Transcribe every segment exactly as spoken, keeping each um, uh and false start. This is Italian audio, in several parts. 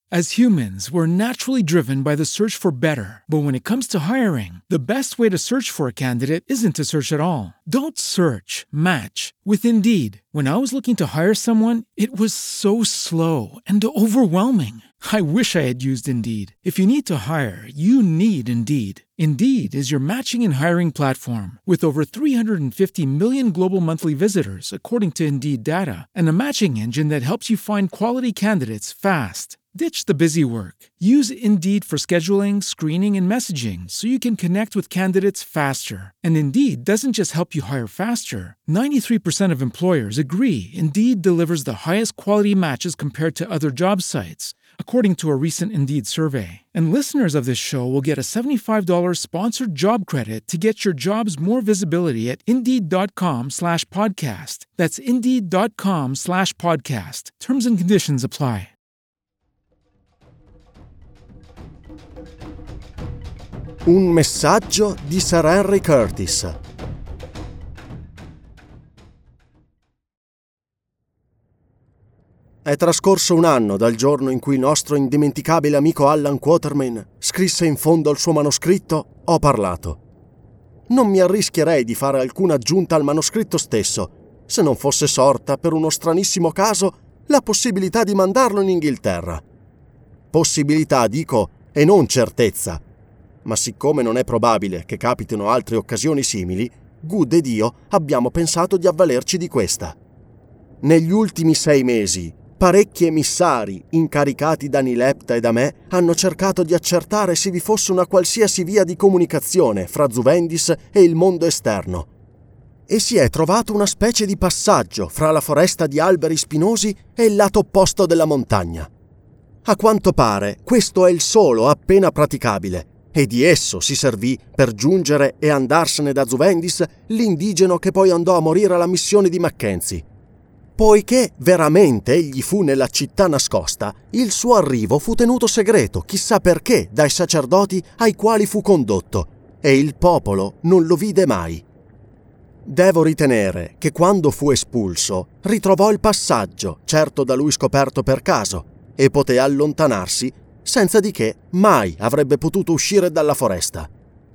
As humans, we're naturally driven by the search for better. But when it comes to hiring, the best way to search for a candidate isn't to search at all. Don't search, match with Indeed. When I was looking to hire someone, it was so slow and overwhelming. I wish I had used Indeed. If you need to hire, you need Indeed. Indeed is your matching and hiring platform with over three hundred fifty million global monthly visitors, according to Indeed data, and a matching engine that helps you find quality candidates fast. Ditch the busy work. Use Indeed for scheduling, screening, and messaging so you can connect with candidates faster. And Indeed doesn't just help you hire faster. ninety-three percent of employers agree Indeed delivers the highest quality matches compared to other job sites, according to a recent Indeed survey. And listeners of this show will get a seventy-five dollars sponsored job credit to get your jobs more visibility at Indeed.com slash podcast. That's Indeed.com slash podcast. Terms and conditions apply. Un messaggio di Sir Henry Curtis. È trascorso un anno dal giorno in cui il nostro indimenticabile amico Allan Quatermain scrisse in fondo al suo manoscritto «Ho parlato». Non mi arrischierei di fare alcuna aggiunta al manoscritto stesso, se non fosse sorta, per uno stranissimo caso, la possibilità di mandarlo in Inghilterra. Possibilità, dico, e non certezza. Ma siccome non è probabile che capitino altre occasioni simili, Good ed io abbiamo pensato di avvalerci di questa. Negli ultimi sei mesi, parecchi emissari, incaricati da Nilepta e da me, hanno cercato di accertare se vi fosse una qualsiasi via di comunicazione fra Zuvendis e il mondo esterno. E si è trovato una specie di passaggio fra la foresta di alberi spinosi e il lato opposto della montagna. A quanto pare, questo è il solo appena praticabile, e di esso si servì per giungere e andarsene da Zuvendis l'indigeno che poi andò a morire alla missione di Mackenzie. Poiché veramente egli fu nella città nascosta, il suo arrivo fu tenuto segreto, chissà perché, dai sacerdoti ai quali fu condotto, e il popolo non lo vide mai. Devo ritenere che quando fu espulso ritrovò il passaggio, certo da lui scoperto per caso, e poté allontanarsi senza di che mai avrebbe potuto uscire dalla foresta.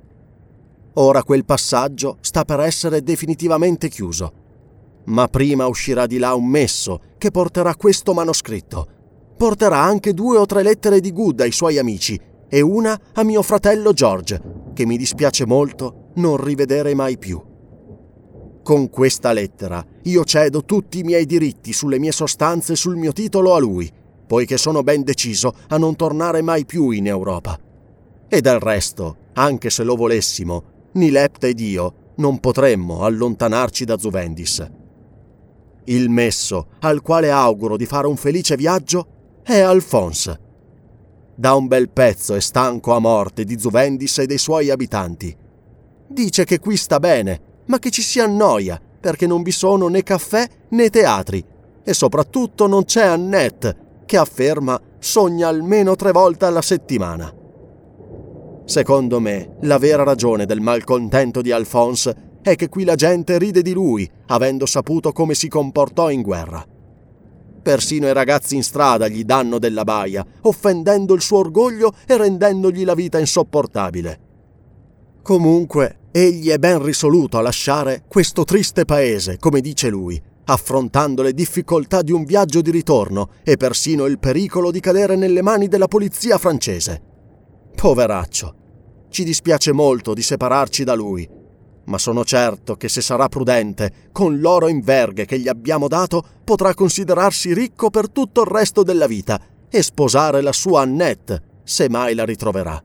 Ora quel passaggio sta per essere definitivamente chiuso, ma prima uscirà di là un messo che porterà questo manoscritto. Porterà anche due o tre lettere di Good ai suoi amici e una a mio fratello George, che mi dispiace molto non rivedere mai più. Con questa lettera io cedo tutti i miei diritti sulle mie sostanze e sul mio titolo a lui, poiché sono ben deciso a non tornare mai più in Europa. E del resto, anche se lo volessimo, Nilepta ed io non potremmo allontanarci da Zuvendis. Il messo, al quale auguro di fare un felice viaggio, è Alphonse. Da un bel pezzo è stanco a morte di Zuvendis e dei suoi abitanti. Dice che qui sta bene, ma che ci si annoia, perché non vi sono né caffè né teatri, e soprattutto non c'è Annette, che afferma sogna almeno tre volte alla settimana. Secondo me, la vera ragione del malcontento di Alphonse è che qui la gente ride di lui, avendo saputo come si comportò in guerra. Persino i ragazzi in strada gli danno della baia, offendendo il suo orgoglio e rendendogli la vita insopportabile. Comunque, egli è ben risoluto a lasciare questo triste paese, come dice lui, affrontando le difficoltà di un viaggio di ritorno e persino il pericolo di cadere nelle mani della polizia francese. Poveraccio, ci dispiace molto di separarci da lui, ma sono certo che se sarà prudente, con l'oro in verghe che gli abbiamo dato, potrà considerarsi ricco per tutto il resto della vita e sposare la sua Annette, se mai la ritroverà.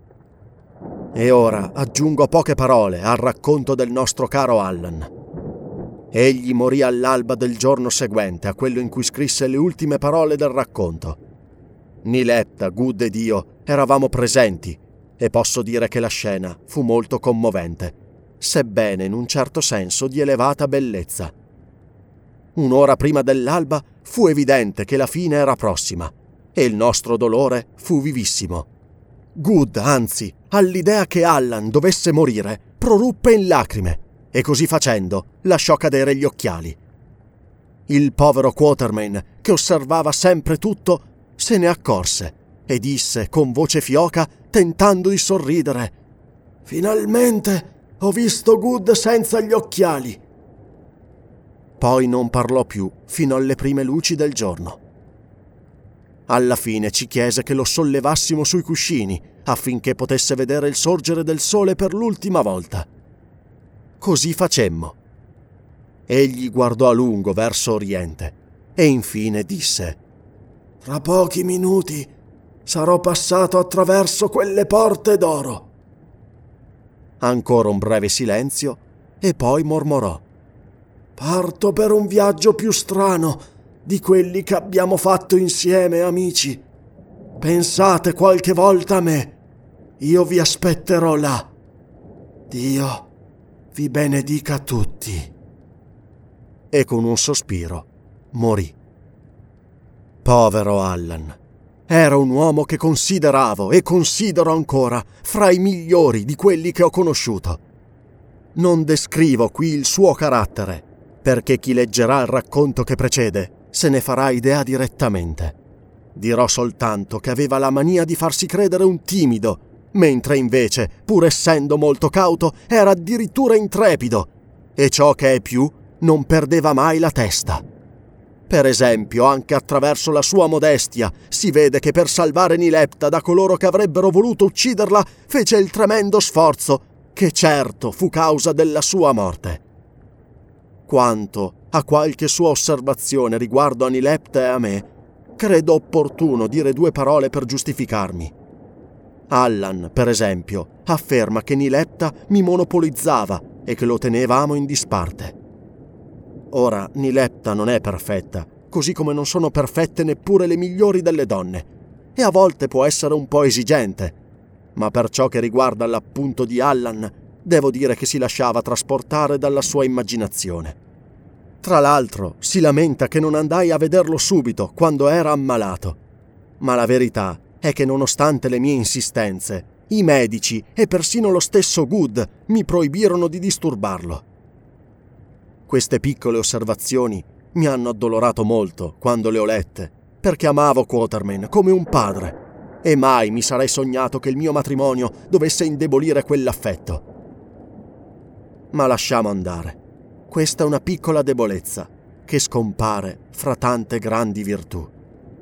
E ora aggiungo poche parole al racconto del nostro caro Allan. Egli morì all'alba del giorno seguente a quello in cui scrisse le ultime parole del racconto. Nilepta, Good ed io eravamo presenti e posso dire che la scena fu molto commovente, sebbene in un certo senso di elevata bellezza. Un'ora prima dell'alba fu evidente che la fine era prossima e il nostro dolore fu vivissimo. Good, anzi, all'idea che Allan dovesse morire, proruppe in lacrime e così facendo lasciò cadere gli occhiali. Il povero Quatermain, che osservava sempre tutto, se ne accorse e disse con voce fioca, tentando di sorridere: «Finalmente ho visto Good senza gli occhiali». Poi non parlò più fino alle prime luci del giorno. Alla fine ci chiese che lo sollevassimo sui cuscini affinché potesse vedere il sorgere del sole per l'ultima volta. Così facemmo. Egli guardò a lungo verso oriente e infine disse: «Tra pochi minuti sarò passato attraverso quelle porte d'oro». Ancora un breve silenzio e poi mormorò: «Parto per un viaggio più strano di quelli che abbiamo fatto insieme, amici. Pensate qualche volta a me. Io vi aspetterò là. Dio vi benedica tutti». E con un sospiro morì. Povero Allan. Era un uomo che consideravo e considero ancora fra i migliori di quelli che ho conosciuto. Non descrivo qui il suo carattere, perché chi leggerà il racconto che precede se ne farà idea direttamente. Dirò soltanto che aveva la mania di farsi credere un timido, mentre invece, pur essendo molto cauto, era addirittura intrepido, e ciò che è più, non perdeva mai la testa. Per esempio, anche attraverso la sua modestia, si vede che per salvare Nilepta da coloro che avrebbero voluto ucciderla, fece il tremendo sforzo, che certo fu causa della sua morte. Quanto a qualche sua osservazione riguardo a Nilepta e a me, credo opportuno dire due parole per giustificarmi. Allan, per esempio, afferma che Nilepta mi monopolizzava e che lo tenevamo in disparte. Ora, Nilepta non è perfetta, così come non sono perfette neppure le migliori delle donne, e a volte può essere un po' esigente, ma per ciò che riguarda l'appunto di Allan, devo dire che si lasciava trasportare dalla sua immaginazione. Tra l'altro, si lamenta che non andai a vederlo subito, quando era ammalato, ma la verità è che nonostante le mie insistenze, i medici e persino lo stesso Good mi proibirono di disturbarlo. Queste piccole osservazioni mi hanno addolorato molto quando le ho lette, perché amavo Quatermain come un padre e mai mi sarei sognato che il mio matrimonio dovesse indebolire quell'affetto. Ma lasciamo andare. Questa è una piccola debolezza che scompare fra tante grandi virtù.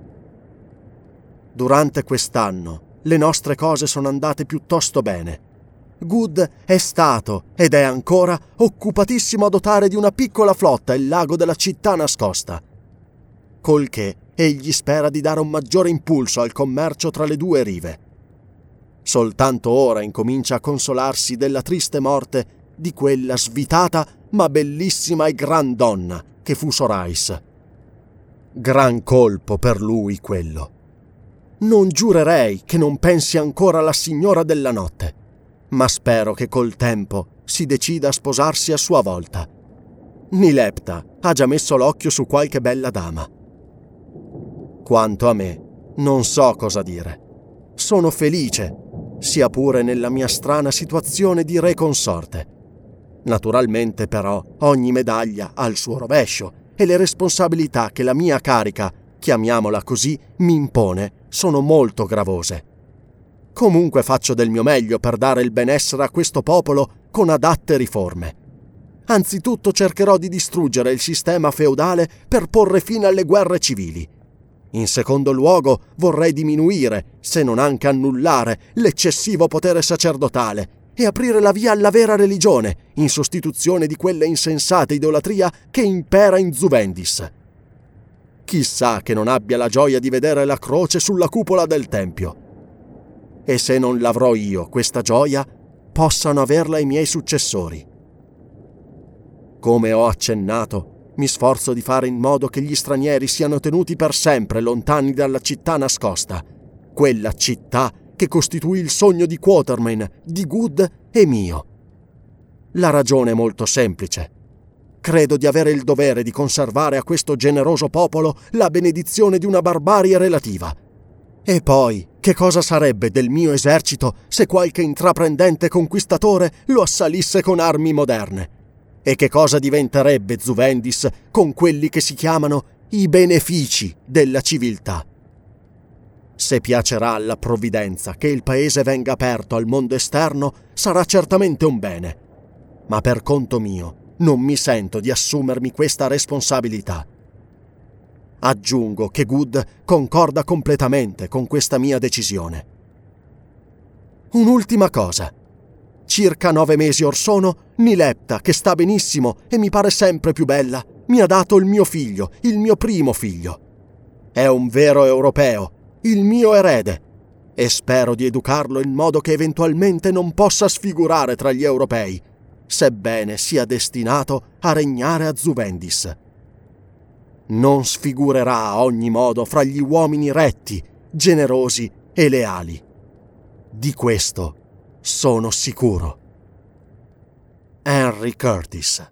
Durante quest'anno le nostre cose sono andate piuttosto bene. Good è stato, ed è ancora, occupatissimo a dotare di una piccola flotta il lago della città nascosta. Col che egli spera di dare un maggiore impulso al commercio tra le due rive. Soltanto ora incomincia a consolarsi della triste morte di quella svitata ma bellissima e gran donna che fu Sorais. Gran colpo per lui quello. Non giurerei che non pensi ancora alla signora della notte, ma spero che col tempo si decida a sposarsi a sua volta. Nilepta ha già messo l'occhio su qualche bella dama. Quanto a me, non so cosa dire. Sono felice, sia pure nella mia strana situazione di re consorte. Naturalmente, però, ogni medaglia ha il suo rovescio e le responsabilità che la mia carica, chiamiamola così, mi impone, sono molto gravose. Comunque faccio del mio meglio per dare il benessere a questo popolo con adatte riforme. Anzitutto cercherò di distruggere il sistema feudale per porre fine alle guerre civili. In secondo luogo vorrei diminuire, se non anche annullare, l'eccessivo potere sacerdotale e aprire la via alla vera religione, in sostituzione di quella insensata idolatria che impera in Zuvendis. Chissà che non abbia la gioia di vedere la croce sulla cupola del tempio. E se non l'avrò io questa gioia, possano averla i miei successori. Come ho accennato, mi sforzo di fare in modo che gli stranieri siano tenuti per sempre lontani dalla città nascosta, quella città che costituì il sogno di Quatermain, di Good e mio. La ragione è molto semplice. Credo di avere il dovere di conservare a questo generoso popolo la benedizione di una barbarie relativa. E poi, che cosa sarebbe del mio esercito se qualche intraprendente conquistatore lo assalisse con armi moderne? E che cosa diventerebbe Zuvendis con quelli che si chiamano i benefici della civiltà? Se piacerà alla provvidenza che il paese venga aperto al mondo esterno, sarà certamente un bene. Ma per conto mio non mi sento di assumermi questa responsabilità. Aggiungo che Good concorda completamente con questa mia decisione. Un'ultima cosa. Circa nove mesi or sono, Nilepta, che sta benissimo e mi pare sempre più bella, mi ha dato il mio figlio, il mio primo figlio. È un vero europeo, il mio erede, e spero di educarlo in modo che eventualmente non possa sfigurare tra gli europei, sebbene sia destinato a regnare a Zuvendis. Non sfigurerà a ogni modo fra gli uomini retti, generosi e leali. Di questo sono sicuro. Henry Curtis.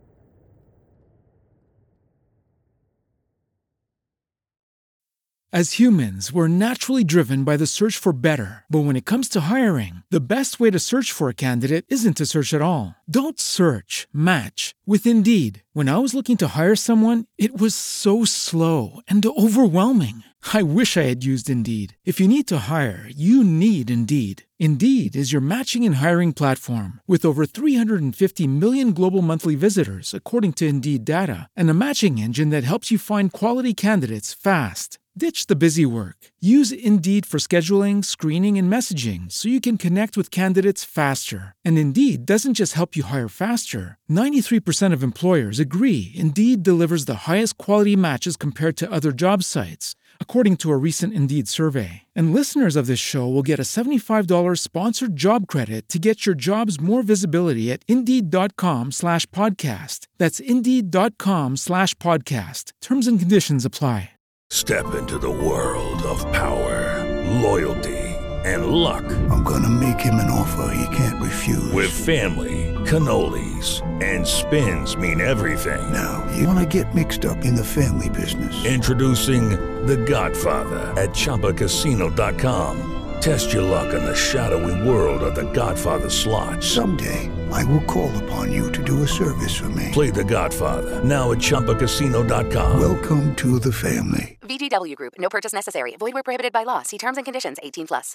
As humans, we're naturally driven by the search for better. But when it comes to hiring, the best way to search for a candidate isn't to search at all. Don't search, match with Indeed. When I was looking to hire someone, it was so slow and overwhelming. I wish I had used Indeed. If you need to hire, you need Indeed. Indeed is your matching and hiring platform with over three hundred fifty million global monthly visitors, according to Indeed data, and a matching engine that helps you find quality candidates fast. Ditch the busy work. Use Indeed for scheduling, screening, and messaging so you can connect with candidates faster. And Indeed doesn't just help you hire faster. ninety-three percent of employers agree Indeed delivers the highest quality matches compared to other job sites, according to a recent Indeed survey. And listeners of this show will get a seventy-five dollars sponsored job credit to get your jobs more visibility at Indeed.com slash podcast. That's Indeed.com slash podcast. Terms and conditions apply. Step into the world of power, loyalty, and luck. I'm gonna make him an offer he can't refuse. With family, cannolis, and spins mean everything. Now, you wanna get mixed up in the family business. Introducing The Godfather at Chumba Casino dot com. Test your luck in the shadowy world of The Godfather slot. Someday, I will call upon you to do a service for me. Play The Godfather, now at Chumba Casino dot com. Welcome to the family. V G W Group. No purchase necessary. Void where prohibited by law. See terms and conditions. eighteen plus.